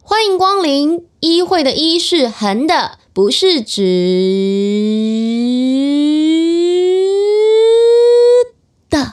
欢迎光临，医会的医是横的，不是直的。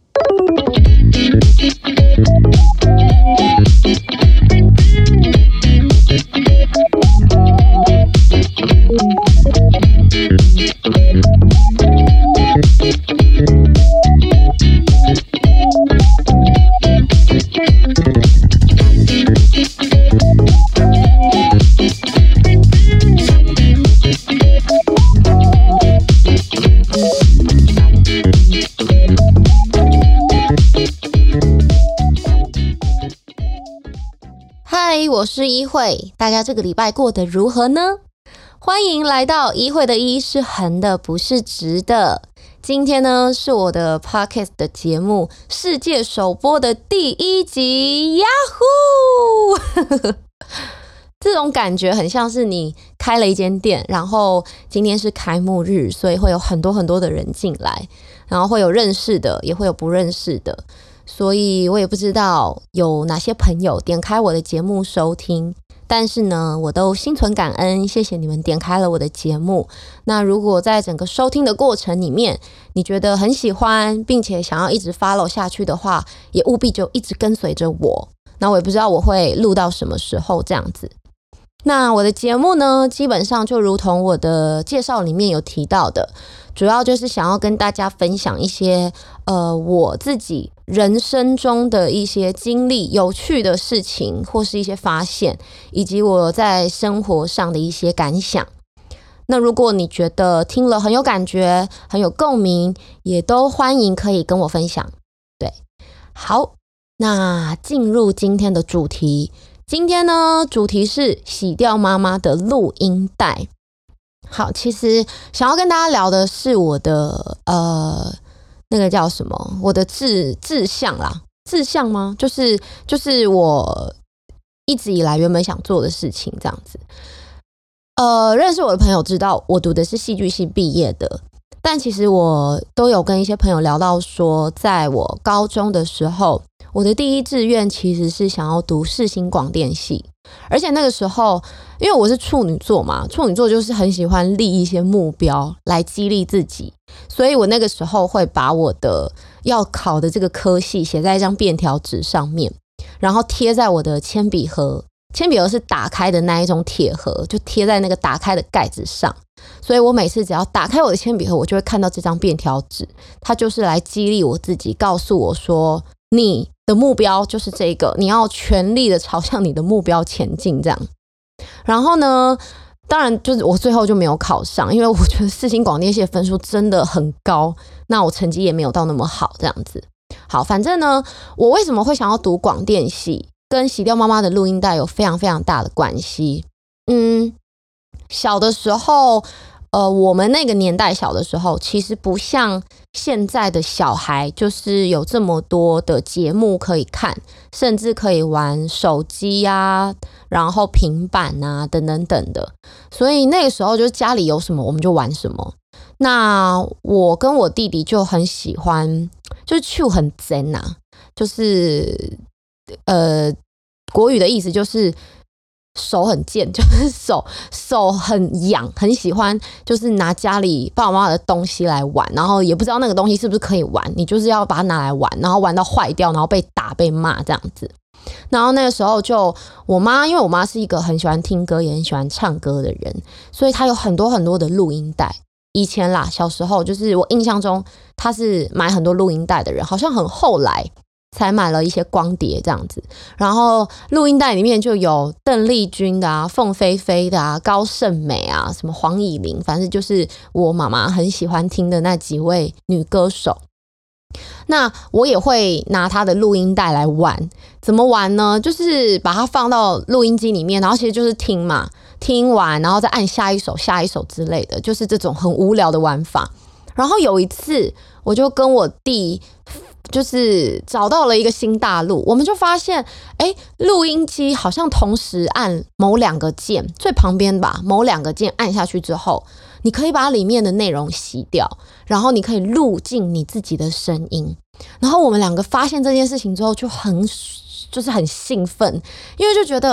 嗨，我是医会，大家这个礼拜过得如何呢？欢迎来到医会的医是横的，不是直的。今天呢是我的 podcast 的节目世界首播的第一集，呀呼！这种感觉很像是你开了一间店，然后今天是开幕日，所以会有很多的人进来，然后会有认识的，也会有不认识的。所以我也不知道有哪些朋友点开我的节目收听，但是呢，我都心存感恩，谢谢你们点开了我的节目。那如果在整个收听的过程里面，你觉得很喜欢，并且想要一直 follow 下去的话，也务必就一直跟随着我。那我也不知道我会录到什么时候这样子。那我的节目呢，基本上就如同我的介绍里面有提到的，主要就是想要跟大家分享一些我自己人生中的一些经历、有趣的事情，或是一些发现，以及我在生活上的一些感想。那如果你觉得听了很有感觉、很有共鸣，也都欢迎可以跟我分享。对，好，那进入今天的主题。今天呢，主题是洗掉妈妈的录音带。好，其实想要跟大家聊的是我的那个叫什么？我的志向啦，志向吗？就是我一直以来原本想做的事情，这样子。认识我的朋友知道我读的是戏剧系毕业的，但其实我都有跟一些朋友聊到说，在我高中的时候，我的第一志愿其实是想要读世新广电系，而且那个时候，因为我是处女座嘛，处女座就是很喜欢立一些目标来激励自己，所以我那个时候会把我的要考的这个科系写在一张便条纸上面，然后贴在我的铅笔盒。铅笔盒是打开的那一种铁盒，就贴在那个打开的盖子上，所以我每次只要打开我的铅笔盒，我就会看到这张便条纸，它就是来激励我自己，告诉我说你的目标就是这个，你要全力的朝向你的目标前进这样。然后呢，当然就是我最后就没有考上，因为我觉得世新广电系的分数真的很高，那我成绩也没有到那么好这样子。好，反正呢，我为什么会想要读广电系，跟洗掉妈妈的录音带有非常非常大的关系。小的时候我们那个年代小的时候，其实不像现在的小孩，就是有这么多的节目可以看，甚至可以玩手机啊，然后平板啊等等等的，所以那个时候就是家里有什么我们就玩什么。那我跟我弟弟就很喜欢，就是手很真啊，就是国语的意思就是手很贱，就是手很痒，很喜欢就是拿家里爸爸妈妈的东西来玩，然后也不知道那个东西是不是可以玩，你就是要把它拿来玩，然后玩到坏掉，然后被打被骂这样子。然后那个时候就我妈，因为我妈是一个很喜欢听歌也很喜欢唱歌的人，所以她有很多的录音带。以前啦，小时候就是我印象中她是买很多录音带的人，好像很后来才买了一些光碟这样子，然后录音带里面就有邓丽君的啊、凤飞飞的啊、高胜美啊、什么黄以玲，反正就是我妈妈很喜欢听的那几位女歌手。那我也会拿她的录音带来玩，怎么玩呢？就是把它放到录音机里面，然后其实就是听嘛，听完然后再按下一首之类的，就是这种很无聊的玩法。然后有一次我就跟我弟就是找到了一个新大陆，我们就发现录音机好像同时按某两个键，最旁边吧，某两个键按下去之后，你可以把里面的内容洗掉，然后你可以录进你自己的声音。然后我们两个发现这件事情之后就很兴奋，因为就觉得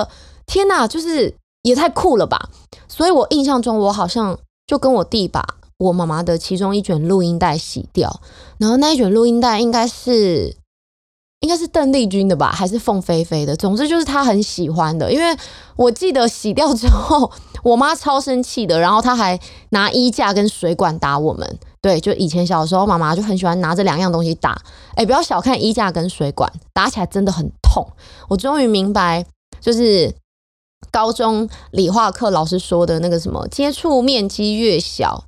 天哪，就是也太酷了吧！所以我印象中，我好像就跟我弟把我妈妈的其中一卷录音带洗掉，然后那一卷录音带应该是邓丽君的吧，还是凤飞飞的？总之就是她很喜欢的，因为我记得洗掉之后，我妈超生气的，然后她还拿衣架跟水管打我们。对，就以前小的时候，妈妈就很喜欢拿这2样东西打。不要小看衣架跟水管，打起来真的很痛。我终于明白，就是高中理化课老师说的那个什么，接触面积越小，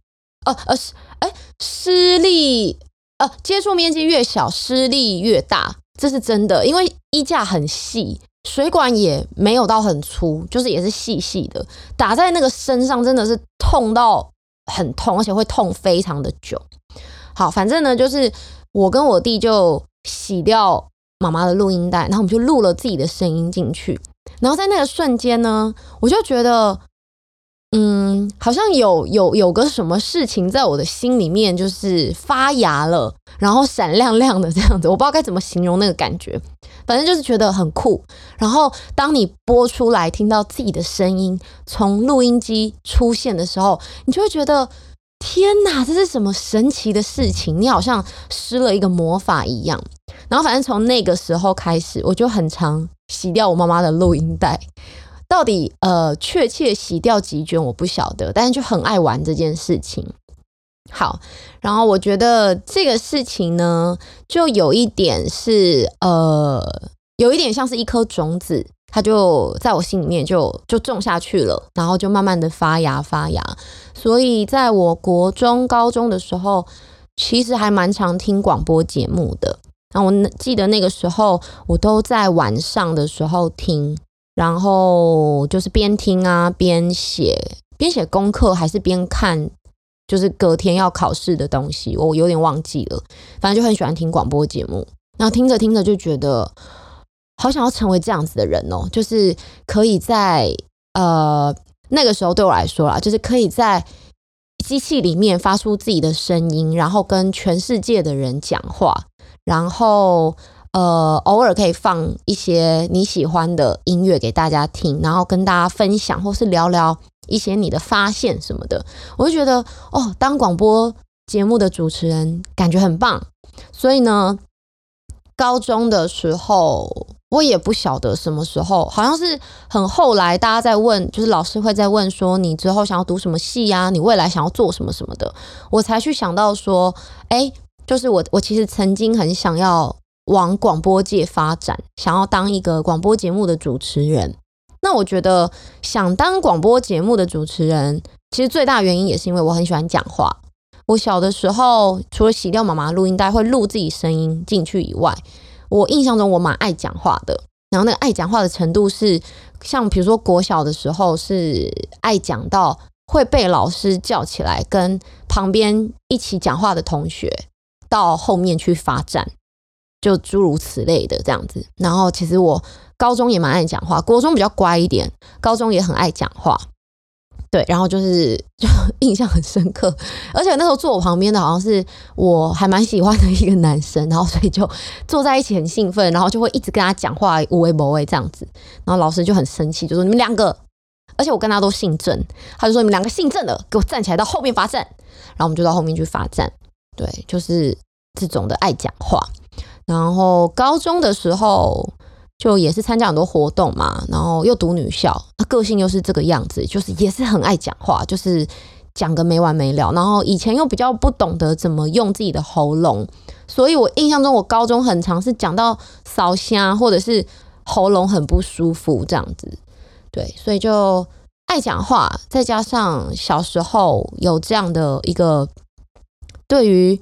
施力接触面积越小，施力越大，这是真的。因为衣架很细，水管也没有到很粗，就是也是细细的，打在那个身上真的是痛到很痛，而且会痛非常的久。好，反正呢，就是我跟我弟就洗掉妈妈的录音带，然后我们就录了自己的声音进去。然后在那个瞬间呢，我就觉得，好像有个什么事情在我的心里面就是发芽了，然后闪亮亮的这样子，我不知道该怎么形容那个感觉，反正就是觉得很酷。然后当你播出来，听到自己的声音从录音机出现的时候，你就会觉得天哪，这是什么神奇的事情？你好像施了一个魔法一样。然后反正从那个时候开始，我就很常洗掉我妈妈的录音带。到底确切洗掉几卷我不晓得，但是就很爱玩这件事情。好，然后我觉得这个事情呢，就有一点是有一点像是一颗种子，它就在我心里面就种下去了，然后就慢慢的发芽。所以在我国中高中的时候，其实还蛮常听广播节目的。然后我记得那个时候我都在晚上的时候听，然后就是边听啊边写功课，还是边看就是隔天要考试的东西，我有点忘记了。反正就很喜欢听广播节目，然后听着听着就觉得好想要成为这样子的人哦，就是可以在那个时候对我来说啦，就是可以在机器里面发出自己的声音，然后跟全世界的人讲话，然后偶尔可以放一些你喜欢的音乐给大家听，然后跟大家分享，或是聊聊一些你的发现什么的。我就觉得当广播节目的主持人感觉很棒。所以呢，高中的时候我也不晓得什么时候，好像是很后来大家在问，就是老师会在问说你之后想要读什么系啊，你未来想要做什么什么的，我才去想到说就是我其实曾经很想要往广播界发展，想要当一个广播节目的主持人。那我觉得想当广播节目的主持人，其实最大原因也是因为我很喜欢讲话。我小的时候除了洗掉妈妈录音带会录自己声音进去以外，我印象中我蛮爱讲话的。然后那个爱讲话的程度是像比如说国小的时候是爱讲到会被老师叫起来跟旁边一起讲话的同学到后面去罚站，就诸如此类的这样子。然后其实我高中也蛮爱讲话，国中比较乖一点，高中也很爱讲话。对，然后就印象很深刻，而且那时候坐我旁边的好像是我还蛮喜欢的一个男生，然后所以就坐在一起很兴奋，然后就会一直跟他讲话，有为没为这样子。然后老师就很生气，就说你们2个，而且我跟他都姓郑，他就说你们2个姓郑的给我站起来到后面罚站，然后我们就到后面去罚站。对，就是这种的爱讲话。然后高中的时候就也是参加很多活动嘛，然后又读女校，个性又是这个样子，就是也是很爱讲话，就是讲个没完没了。然后以前又比较不懂得怎么用自己的喉咙，所以我印象中我高中很常是讲到烧声，或者是喉咙很不舒服这样子。对，所以就爱讲话，再加上小时候有这样的一个对于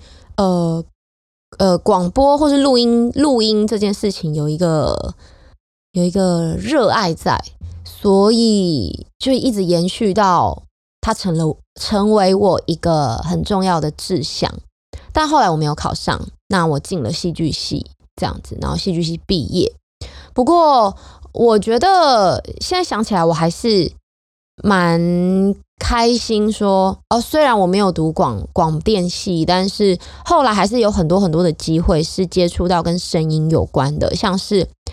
广播或是录音这件事情有一个热爱在，所以就一直延续到它成为我一个很重要的志向。但后来我没有考上，那我进了戏剧系这样子，然后戏剧系毕业。不过我觉得现在想起来我还是蛮开心说虽然我没有读广电系，但是后来还是有很多很多的机会是接触到跟声音有关的，像是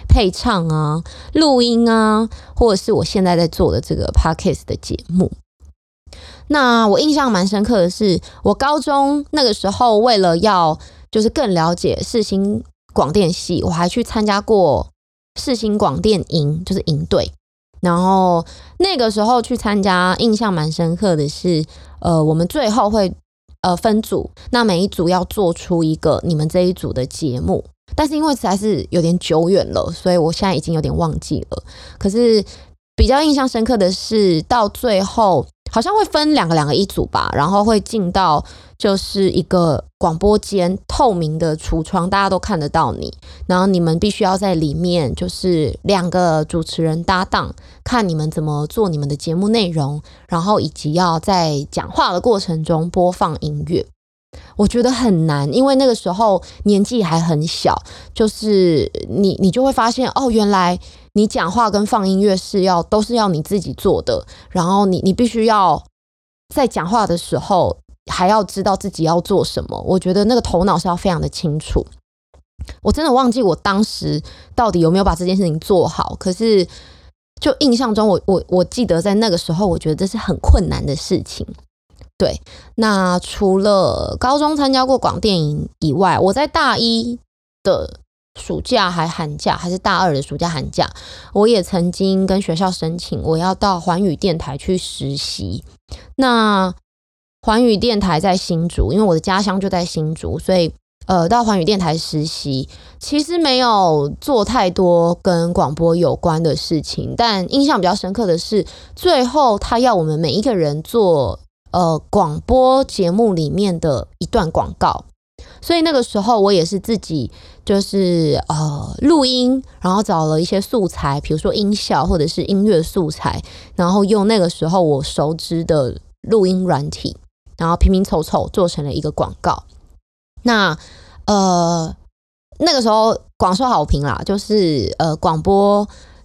配唱啊、录音啊，或者是我现在在做的这个 podcast 的节目。那我印象蛮深刻的是，我高中那个时候为了要就是更了解世新广电系，我还去参加过世新广电营，就是营队。然后那个时候去参加，印象蛮深刻的是，我们最后会分组，那每一组要做出一个你们这一组的节目。但是因为实在是有点久远了，所以我现在已经有点忘记了。可是比较印象深刻的是，到最后好像会分两个一组吧，然后会进到就是一个广播间，透明的橱窗，大家都看得到你，然后你们必须要在里面就是2个主持人搭档，看你们怎么做你们的节目内容，然后以及要在讲话的过程中播放音乐。我觉得很难，因为那个时候年纪还很小，就是你就会发现哦，原来你讲话跟放音乐都是要你自己做的，然后你必须要在讲话的时候还要知道自己要做什么。我觉得那个头脑是要非常的清楚。我真的忘记我当时到底有没有把这件事情做好，可是就印象中我记得在那个时候，我觉得这是很困难的事情。对，那除了高中参加过广电营以外，我在大一的暑假还寒假，还是大2的暑假寒假，我也曾经跟学校申请，我要到环宇电台去实习。那环宇电台在新竹，因为我的家乡就在新竹，所以到环宇电台实习，其实没有做太多跟广播有关的事情，但印象比较深刻的是，最后他要我们每一个人做广播节目里面的一段广告，所以那个时候我也是自己就是录音，然后找了一些素材，比如说音效或者是音乐素材，然后用那个时候我熟知的录音软体，然后拼拼凑凑做成了一个广告。那那个时候广受好评啦，就是广播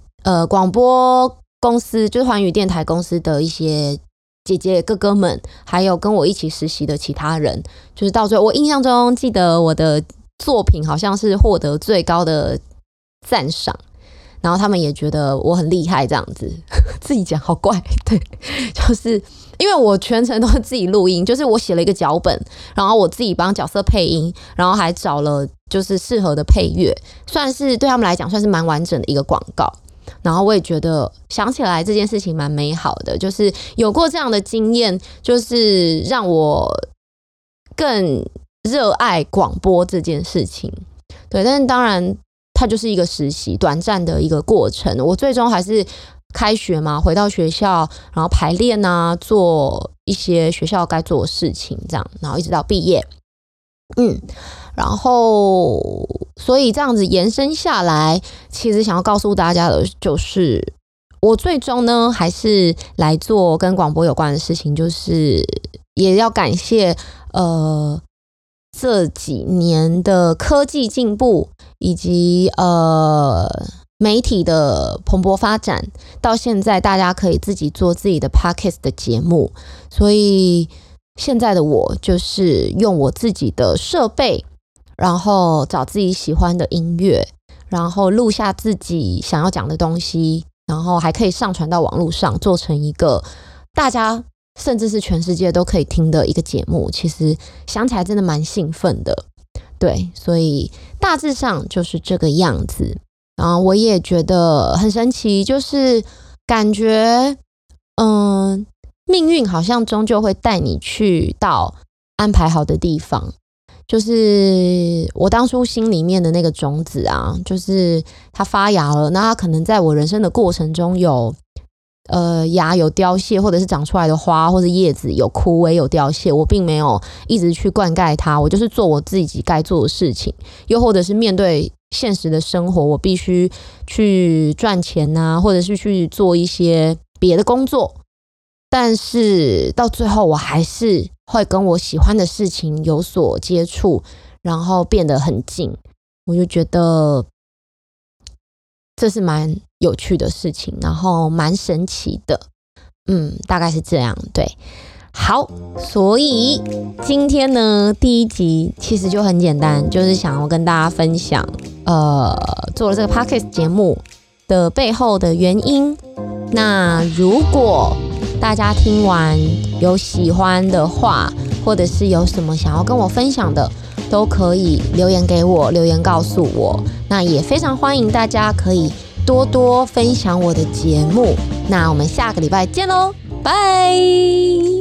公司，就是环宇电台公司的一些姐姐哥哥们，还有跟我一起实习的其他人，就是到最后我印象中记得我的作品好像是获得最高的赞赏，然后他们也觉得我很厉害这样子自己讲好怪，对，就是因为我全程都是自己录音，就是我写了一个脚本，然后我自己帮角色配音，然后还找了就是适合的配乐，算是对他们来讲算是蛮完整的一个广告。然后我也觉得想起来这件事情蛮美好的，就是有过这样的经验，就是让我更热爱广播这件事情。对，但是当然它就是一个实习短暂的一个过程，我最终还是开学嘛，回到学校，然后排练啊，做一些学校该做的事情，这样，然后一直到毕业。然后所以这样子延伸下来，其实想要告诉大家的就是我最终呢还是来做跟广播有关的事情，就是也要感谢这几年的科技进步以及媒体的蓬勃发展，到现在大家可以自己做自己的 podcast 的节目，所以现在的我就是用我自己的设备，然后找自己喜欢的音乐，然后录下自己想要讲的东西，然后还可以上传到网络上，做成一个大家甚至是全世界都可以听的一个节目。其实想起来真的蛮兴奋的，对，所以大致上就是这个样子。然后我也觉得很神奇，就是感觉命运好像终究会带你去到安排好的地方，就是我当初心里面的那个种子啊，就是它发芽了，那它可能在我人生的过程中有芽有凋谢，或者是长出来的花或者叶子有枯萎有凋谢，我并没有一直去灌溉它，我就是做我自己该做的事情，又或者是面对现实的生活，我必须去赚钱啊，或者是去做一些别的工作，但是到最后我还是会跟我喜欢的事情有所接触，然后变得很近，我就觉得这是蛮有趣的事情，然后蛮神奇的，大概是这样，对。 好，所以今天呢，第一集其实就很简单，就是想要跟大家分享，做了这个 podcast 节目的背后的原因。那如果大家听完有喜欢的话，或者是有什么想要跟我分享的，都可以留言给我，留言告诉我。那也非常欢迎大家可以多多分享我的节目。那我们下个礼拜见喽，拜。